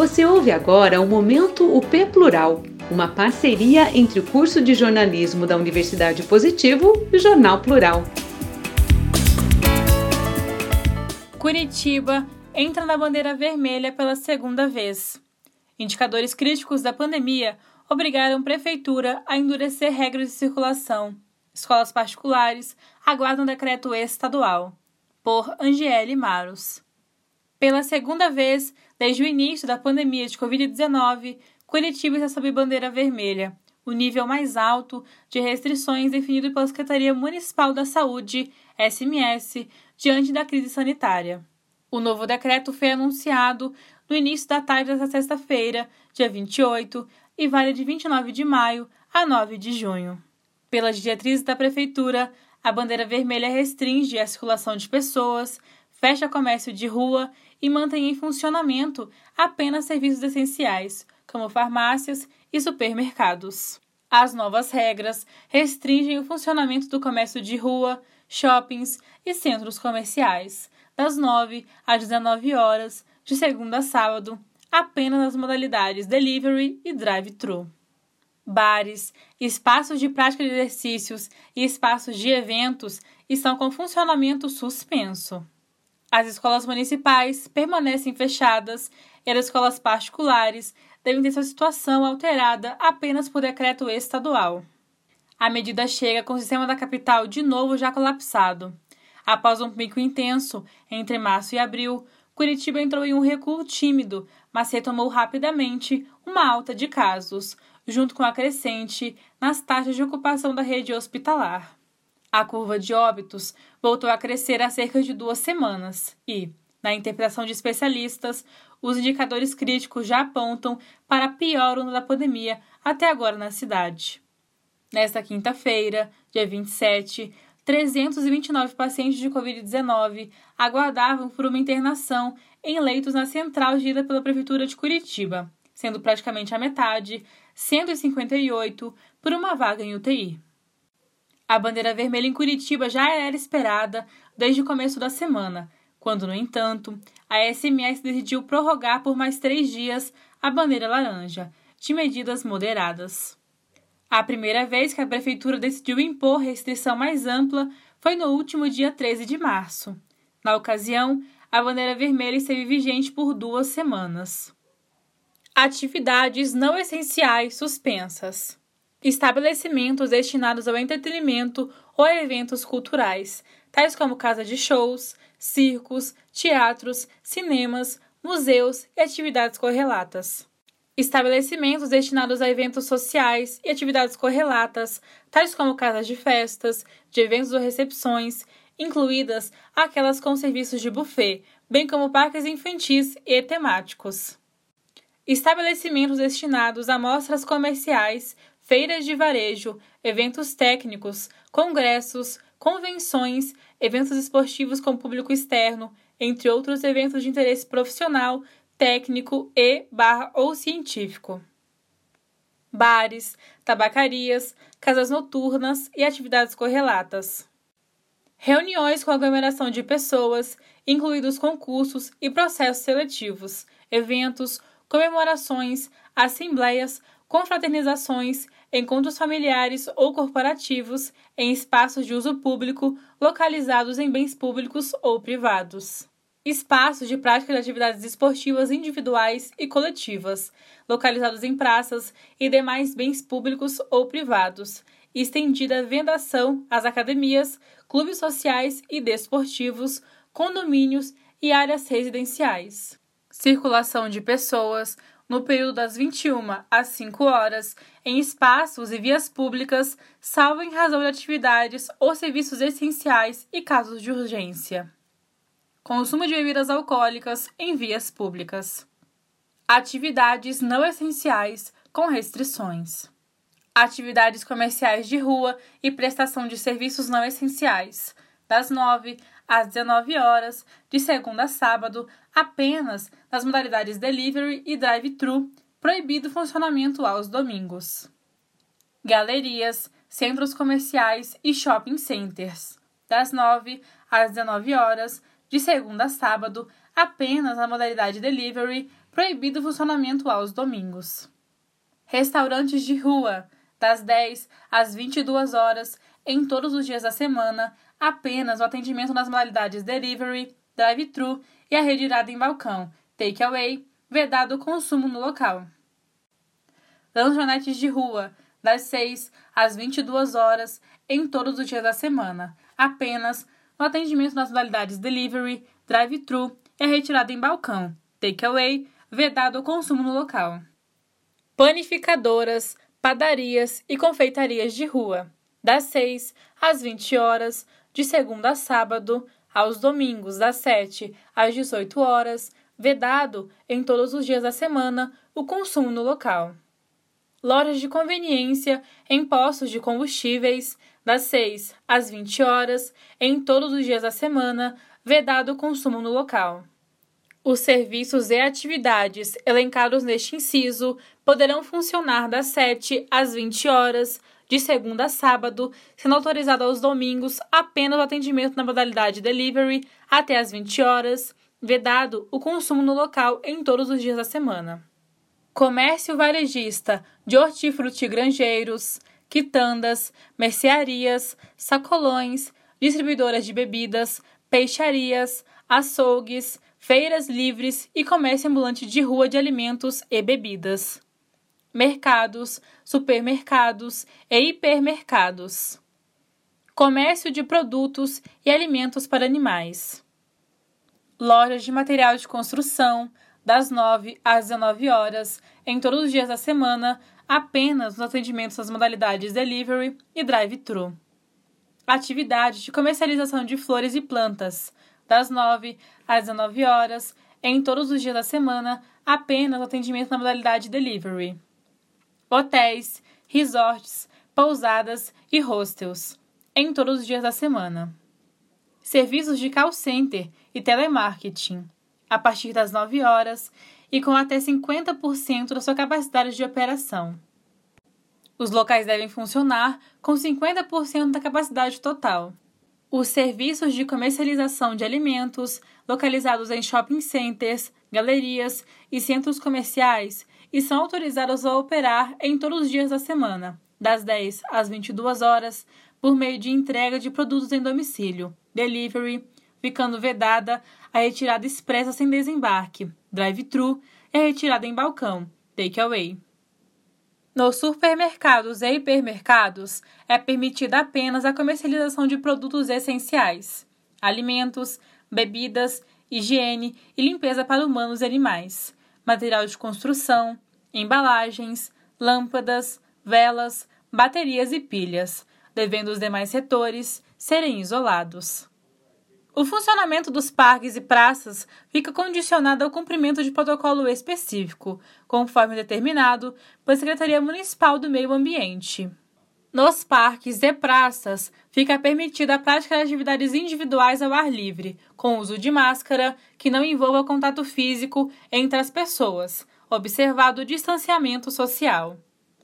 Você ouve agora o Momento UP Plural, uma parceria entre o curso de jornalismo da Universidade Positivo e o Jornal Plural. Curitiba entra na bandeira vermelha pela segunda vez. Indicadores críticos da pandemia obrigaram a prefeitura a endurecer regras de circulação. Escolas particulares aguardam decreto estadual. Por Angiele Maros. Pela segunda vez, desde o início da pandemia de Covid-19, Curitiba está sob bandeira vermelha, o nível mais alto de restrições definido pela Secretaria Municipal da Saúde, SMS, diante da crise sanitária. O novo decreto foi anunciado no início da tarde desta sexta-feira, dia 28, e vale de 29 de maio a 9 de junho. Pelas diretrizes da Prefeitura, a bandeira vermelha restringe a circulação de pessoas, fecha comércio de rua e mantém em funcionamento apenas serviços essenciais, como farmácias e supermercados. As novas regras restringem o funcionamento do comércio de rua, shoppings e centros comerciais, das 9 às 19 horas, de segunda a sábado, apenas nas modalidades delivery e drive-thru. Bares, espaços de prática de exercícios e espaços de eventos estão com funcionamento suspenso. As escolas municipais permanecem fechadas e as escolas particulares devem ter sua situação alterada apenas por decreto estadual. A medida chega com o sistema da capital de novo já colapsado. Após um pico intenso entre março e abril, Curitiba entrou em um recuo tímido, mas retomou rapidamente uma alta de casos, junto com a crescente nas taxas de ocupação da rede hospitalar. A curva de óbitos voltou a crescer há cerca de 2 semanas e, na interpretação de especialistas, os indicadores críticos já apontam para a pior onda da pandemia até agora na cidade. Nesta quinta-feira, dia 27, 329 pacientes de Covid-19 aguardavam por uma internação em leitos na central gerida pela Prefeitura de Curitiba, sendo praticamente a metade, 158, por uma vaga em UTI. A bandeira vermelha em Curitiba já era esperada desde o começo da semana, quando, no entanto, a SMS decidiu prorrogar por mais 3 dias a bandeira laranja, de medidas moderadas. A primeira vez que a Prefeitura decidiu impor restrição mais ampla foi no último dia 13 de março. Na ocasião, a bandeira vermelha esteve vigente por 2 semanas. Atividades não essenciais suspensas. Estabelecimentos destinados ao entretenimento ou a eventos culturais, tais como casa de shows, circos, teatros, cinemas, museus e atividades correlatas. Estabelecimentos destinados a eventos sociais e atividades correlatas, tais como casas de festas, de eventos ou recepções, incluídas aquelas com serviços de buffet, bem como parques infantis e temáticos. Estabelecimentos destinados a mostras comerciais, feiras de varejo, eventos técnicos, congressos, convenções, eventos esportivos com público externo, entre outros eventos de interesse profissional, técnico ou científico. Bares, tabacarias, casas noturnas e atividades correlatas. Reuniões com aglomeração de pessoas, incluídos concursos e processos seletivos, eventos, comemorações, assembleias, confraternizações, encontros familiares ou corporativos em espaços de uso público localizados em bens públicos ou privados. Espaços de prática de atividades esportivas individuais e coletivas, localizados em praças e demais bens públicos ou privados, e estendida a vedação às academias, clubes sociais e desportivos, condomínios e áreas residenciais. Circulação de pessoas no período das 21 às 5 horas em espaços e vias públicas, salvo em razão de atividades ou serviços essenciais e casos de urgência. Consumo de bebidas alcoólicas em vias públicas. Atividades não essenciais com restrições. Atividades comerciais de rua e prestação de serviços não essenciais, das 9 às 19 horas, de segunda a sábado, apenas nas modalidades delivery e drive-thru, proibido o funcionamento aos domingos. Galerias, centros comerciais e shopping centers, das 9 às 19 horas, de segunda a sábado, apenas na modalidade delivery, proibido o funcionamento aos domingos. Restaurantes de rua, das 10 às 22 horas, em todos os dias da semana, apenas o atendimento nas modalidades delivery, drive-thru e a retirada em balcão, take-away, vedado o consumo no local. Lanchonetes de rua, das 6 às 22 horas, em todos os dias da semana, apenas no atendimento nas modalidades delivery, drive-thru e a retirada em balcão, take-away, vedado o consumo no local. Panificadoras, padarias e confeitarias de rua, das 6 às 20 horas, de segunda a sábado, aos domingos, das 7 às 18 horas, vedado em todos os dias da semana o consumo no local. Lojas de conveniência em postos de combustíveis, das 6 às 20 horas, em todos os dias da semana, vedado o consumo no local. Os serviços e atividades elencados neste inciso poderão funcionar das 7 às 20 horas, de segunda a sábado, sendo autorizado aos domingos apenas o atendimento na modalidade delivery até às 20 horas, vedado o consumo no local em todos os dias da semana. Comércio varejista de hortifrutigranjeiros, quitandas, mercearias, sacolões, distribuidoras de bebidas, peixarias, açougues, feiras livres e comércio ambulante de rua de alimentos e bebidas. Mercados, supermercados e hipermercados. Comércio de produtos e alimentos para animais. Lojas de material de construção, das 9 às 19 horas, em todos os dias da semana, apenas nos atendimentos das modalidades delivery e drive-thru. Atividade de comercialização de flores e plantas, das 9 às 19 horas, em todos os dias da semana, apenas o atendimento na modalidade delivery. Hotéis, resorts, pousadas e hostels, em todos os dias da semana. Serviços de call center e telemarketing, a partir das 9 horas e com até 50% da sua capacidade de operação. Os locais devem funcionar com 50% da capacidade total. Os serviços de comercialização de alimentos, localizados em shopping centers, galerias e centros comerciais, e são autorizados a operar em todos os dias da semana, das 10 às 22 horas, por meio de entrega de produtos em domicílio, delivery, ficando vedada a retirada expressa sem desembarque, drive-thru e a retirada em balcão, take-away. Nos supermercados e hipermercados, é permitida apenas a comercialização de produtos essenciais, alimentos, bebidas, higiene e limpeza para humanos e animais, material de construção, embalagens, lâmpadas, velas, baterias e pilhas, devendo os demais setores serem isolados. O funcionamento dos parques e praças fica condicionado ao cumprimento de protocolo específico, conforme determinado pela Secretaria Municipal do Meio Ambiente. Nos parques e praças, fica permitida a prática de atividades individuais ao ar livre, com uso de máscara, que não envolva contato físico entre as pessoas, observado o distanciamento social.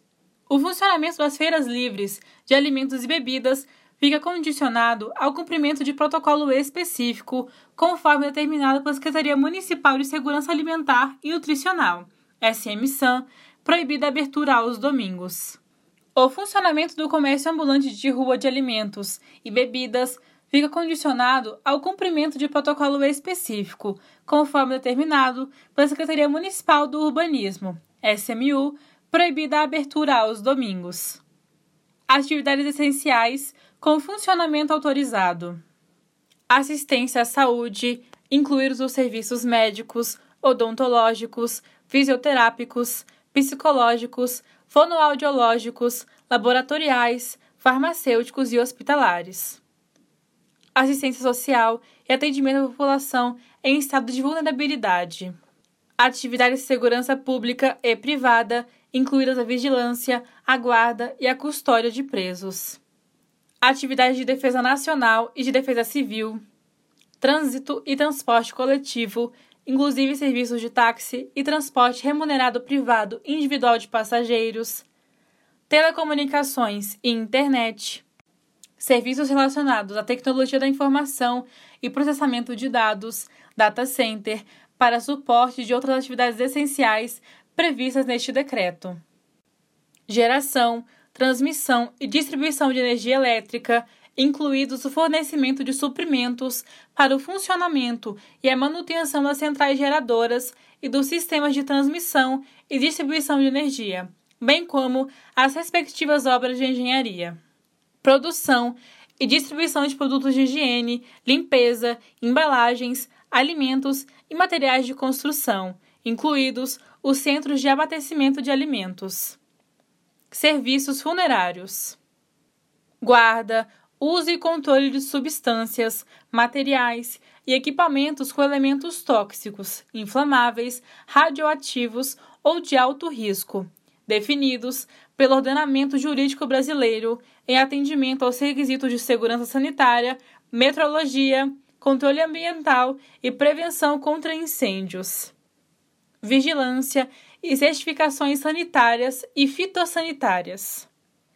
O funcionamento das feiras livres de alimentos e bebidas fica condicionado ao cumprimento de protocolo específico, conforme determinado pela Secretaria Municipal de Segurança Alimentar e Nutricional, SMSAN, proibida a abertura aos domingos. O funcionamento do comércio ambulante de rua de alimentos e bebidas fica condicionado ao cumprimento de protocolo específico, conforme determinado pela Secretaria Municipal do Urbanismo, SMU, proibida a abertura aos domingos. Atividades essenciais com funcionamento autorizado. Assistência à saúde, incluídos os serviços médicos, odontológicos, fisioterápicos, psicológicos, fonoaudiológicos, laboratoriais, farmacêuticos e hospitalares. Assistência social e atendimento à população em estado de vulnerabilidade. Atividades de segurança pública e privada, incluídas a vigilância, a guarda e a custódia de presos. Atividades de defesa nacional e de defesa civil. Trânsito e transporte coletivo, inclusive serviços de táxi e transporte remunerado privado individual de passageiros. Telecomunicações e internet. Serviços relacionados à tecnologia da informação e processamento de dados, data center, para suporte de outras atividades essenciais previstas neste decreto. Geração, transmissão e distribuição de energia elétrica, incluídos o fornecimento de suprimentos para o funcionamento e a manutenção das centrais geradoras e dos sistemas de transmissão e distribuição de energia, bem como as respectivas obras de engenharia. Produção e distribuição de produtos de higiene, limpeza, embalagens, alimentos e materiais de construção, incluídos os centros de abastecimento de alimentos. Serviços funerários. Guarda, uso e controle de substâncias, materiais e equipamentos com elementos tóxicos, inflamáveis, radioativos ou de alto risco, definidos pelo ordenamento jurídico brasileiro em atendimento aos requisitos de segurança sanitária, metrologia, controle ambiental e prevenção contra incêndios. Vigilância e certificações sanitárias e fitossanitárias.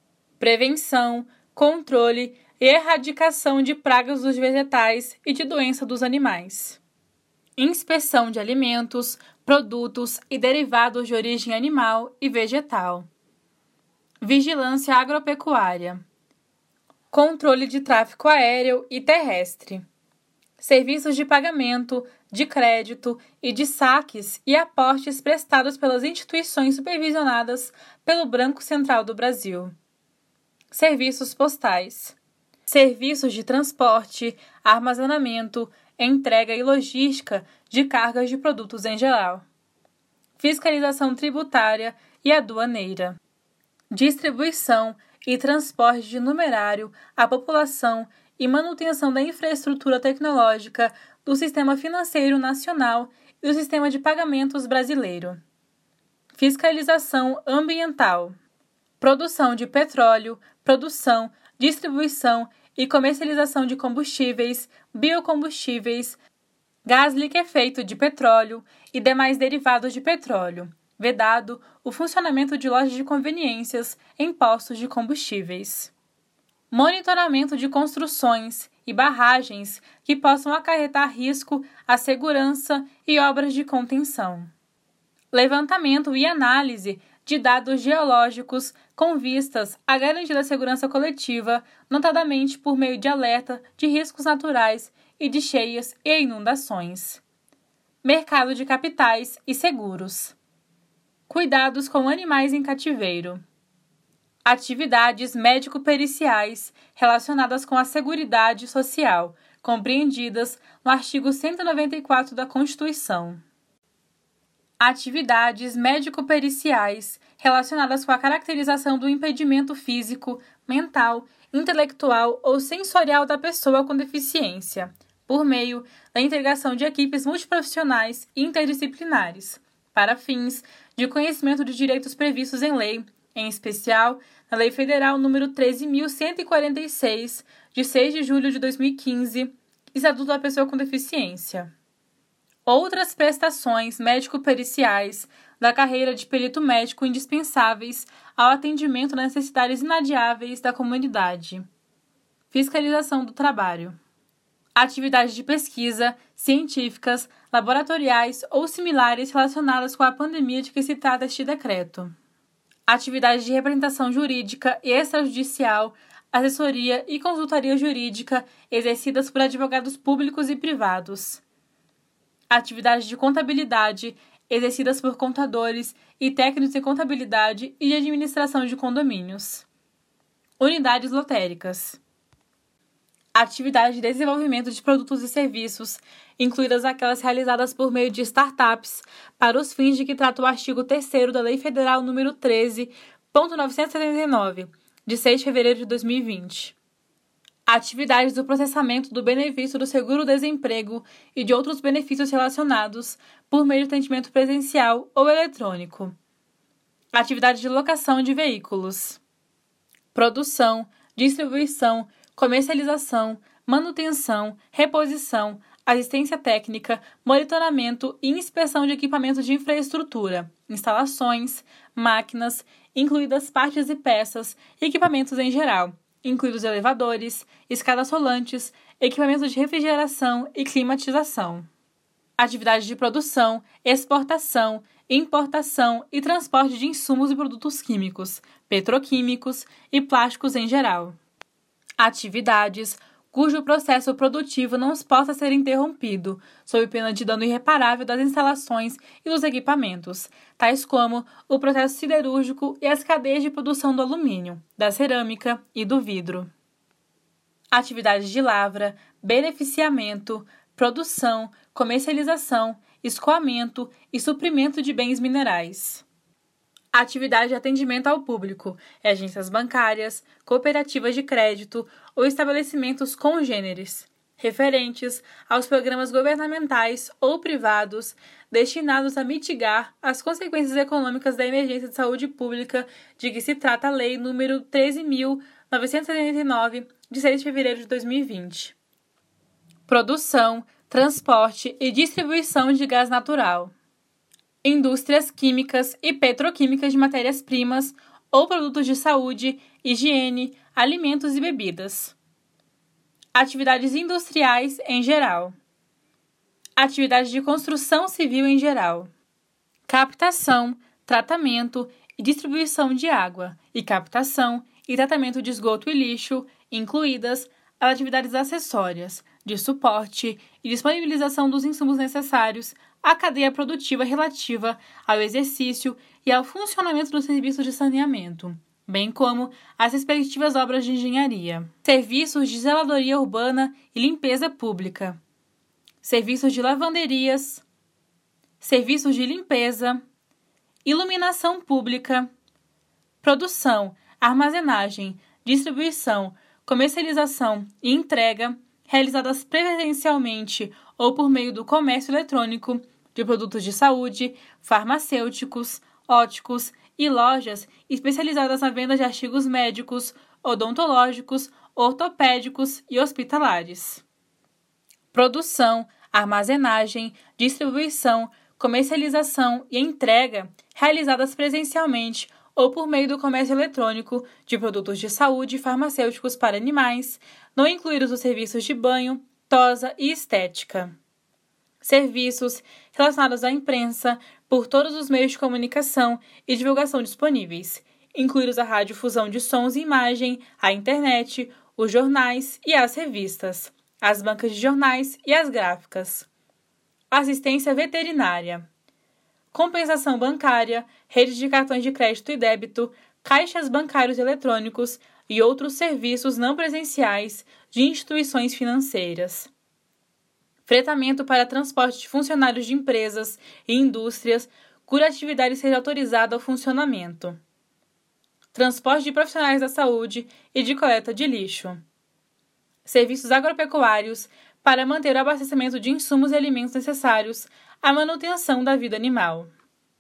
Prevenção, controle e erradicação de pragas dos vegetais e de doença dos animais. Inspeção de alimentos, produtos e derivados de origem animal e vegetal. Vigilância agropecuária. Controle de tráfego aéreo e terrestre. Serviços de pagamento, de crédito e de saques e aportes prestados pelas instituições supervisionadas pelo Banco Central do Brasil. Serviços postais. Serviços de transporte, armazenamento, entrega e logística de cargas de produtos em geral. Fiscalização tributária e aduaneira. Distribuição e transporte de numerário à população e manutenção da infraestrutura tecnológica do Sistema Financeiro Nacional e do Sistema de Pagamentos Brasileiro. Fiscalização ambiental. Produção de petróleo, produção, distribuição e comercialização de combustíveis, biocombustíveis, gás liquefeito de petróleo e demais derivados de petróleo, vedado o funcionamento de lojas de conveniências em postos de combustíveis. Monitoramento de construções e barragens que possam acarretar risco à segurança e obras de contenção. Levantamento e análise de dados geológicos com vistas à garantia da segurança coletiva, notadamente por meio de alerta de riscos naturais e de cheias e inundações. Mercado de capitais e seguros. Cuidados com animais em cativeiro. Atividades médico-periciais relacionadas com a Seguridade Social, compreendidas no artigo 194 da Constituição. Atividades médico-periciais relacionadas com a caracterização do impedimento físico, mental, intelectual ou sensorial da pessoa com deficiência, por meio da integração de equipes multiprofissionais e interdisciplinares, para fins de conhecimento de direitos previstos em lei, em especial na Lei Federal nº 13.146, de 6 de julho de 2015, Estatuto da Pessoa com Deficiência. Outras prestações médico-periciais da carreira de perito médico indispensáveis ao atendimento das necessidades inadiáveis da comunidade. Fiscalização do trabalho. Atividades de pesquisa, científicas, laboratoriais ou similares relacionadas com a pandemia de que se trata este decreto. Atividades de representação jurídica e extrajudicial, assessoria e consultoria jurídica exercidas por advogados públicos e privados. Atividades de contabilidade, exercidas por contadores e técnicos em contabilidade e de administração de condomínios. Unidades lotéricas. Atividade de desenvolvimento de produtos e serviços, incluídas aquelas realizadas por meio de startups, para os fins de que trata o artigo 3º da Lei Federal nº 13.979, de 6 de fevereiro de 2020. Atividades do processamento do benefício do seguro-desemprego e de outros benefícios relacionados por meio de atendimento presencial ou eletrônico. Atividade de locação de veículos. Produção, distribuição, comercialização, manutenção, reposição, assistência técnica, monitoramento e inspeção de equipamentos de infraestrutura, instalações, máquinas, incluídas partes e peças e equipamentos em geral, incluídos elevadores, escadas rolantes, equipamentos de refrigeração e climatização. atividades de produção, exportação, importação e transporte de insumos e produtos químicos, petroquímicos e plásticos em geral. Atividades cujo processo produtivo não possa ser interrompido, sob pena de dano irreparável das instalações e dos equipamentos, tais como o processo siderúrgico e as cadeias de produção do alumínio, da cerâmica e do vidro. Atividades de lavra, beneficiamento, produção, comercialização, escoamento e suprimento de bens minerais. Atividade de atendimento ao público, agências bancárias, cooperativas de crédito ou estabelecimentos congêneres, referentes aos programas governamentais ou privados destinados a mitigar as consequências econômicas da emergência de saúde pública de que se trata a Lei nº 13.979, de 6 de fevereiro de 2020. Produção, transporte e distribuição de gás natural. Indústrias químicas e petroquímicas de matérias-primas ou produtos de saúde, higiene, alimentos e bebidas. Atividades industriais em geral. Atividades de construção civil em geral. Captação, tratamento e distribuição de água e captação e tratamento de esgoto e lixo, incluídas as atividades acessórias, de suporte e disponibilização dos insumos necessários à cadeia produtiva relativa ao exercício e ao funcionamento dos serviços de saneamento, bem como as respectivas obras de engenharia, serviços de zeladoria urbana e limpeza pública, serviços de lavanderias, serviços de limpeza, iluminação pública, produção, armazenagem, distribuição, comercialização e entrega realizadas presencialmente ou por meio do comércio eletrônico de produtos de saúde, farmacêuticos, óticos e lojas especializadas na venda de artigos médicos, odontológicos, ortopédicos e hospitalares. Produção, armazenagem, distribuição, comercialização e entrega realizadas presencialmente ou por meio do comércio eletrônico de produtos de saúde e farmacêuticos para animais, não incluídos os serviços de banho, tosa e estética. Serviços relacionados à imprensa por todos os meios de comunicação e divulgação disponíveis, incluídos a radiodifusão de sons e imagem, a internet, os jornais e as revistas, as bancas de jornais e as gráficas. Assistência veterinária. Compensação bancária, redes de cartões de crédito e débito, caixas bancários eletrônicos e outros serviços não presenciais de instituições financeiras. Fretamento para transporte de funcionários de empresas e indústrias cuja atividade seja autorizada ao funcionamento. Transporte de profissionais da saúde e de coleta de lixo. Serviços agropecuários para manter o abastecimento de insumos e alimentos necessários à manutenção da vida animal.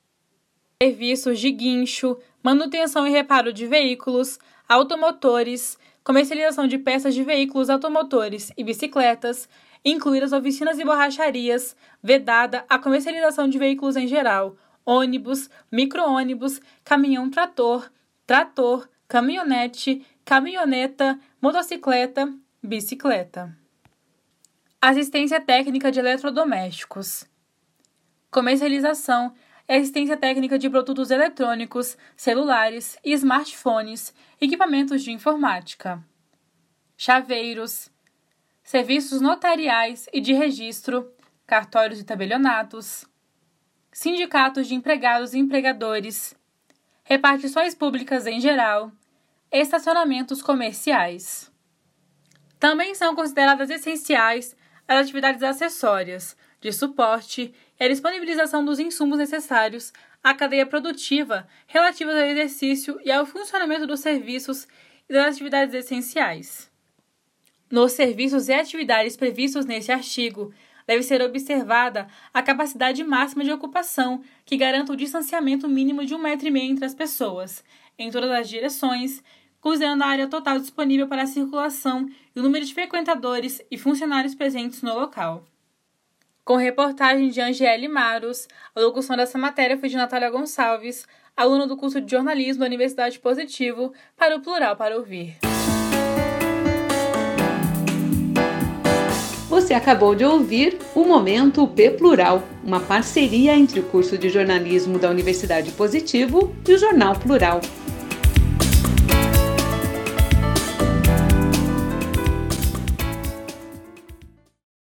Serviços de guincho, manutenção e reparo de veículos, automotores, comercialização de peças de veículos automotores e bicicletas, incluídas oficinas e borracharias, vedada a comercialização de veículos em geral, ônibus, micro-ônibus, caminhão-trator, trator, caminhonete, caminhoneta, motocicleta, bicicleta. Assistência técnica de eletrodomésticos. Comercialização e assistência técnica de produtos eletrônicos, celulares e smartphones, equipamentos de informática. Chaveiros. Serviços notariais e de registro, cartórios e tabelionatos. Sindicatos de empregados e empregadores. Repartições públicas em geral. Estacionamentos comerciais. Também são consideradas essenciais as atividades acessórias, de suporte e a disponibilização dos insumos necessários à cadeia produtiva relativas ao exercício e ao funcionamento dos serviços e das atividades essenciais. Nos serviços e atividades previstos neste artigo, deve ser observada a capacidade máxima de ocupação que garanta o distanciamento mínimo de 1,5 metro entre as pessoas, em todas as direções, considerando a área total disponível para a circulação e o número de frequentadores e funcionários presentes no local. Com reportagem de Angele Maros, a locução dessa matéria foi de Natália Gonçalves, aluna do curso de jornalismo da Universidade Positivo, para o Plural para Ouvir. Você acabou de ouvir o Momento P Plural, uma parceria entre o curso de jornalismo da Universidade Positivo e o Jornal Plural.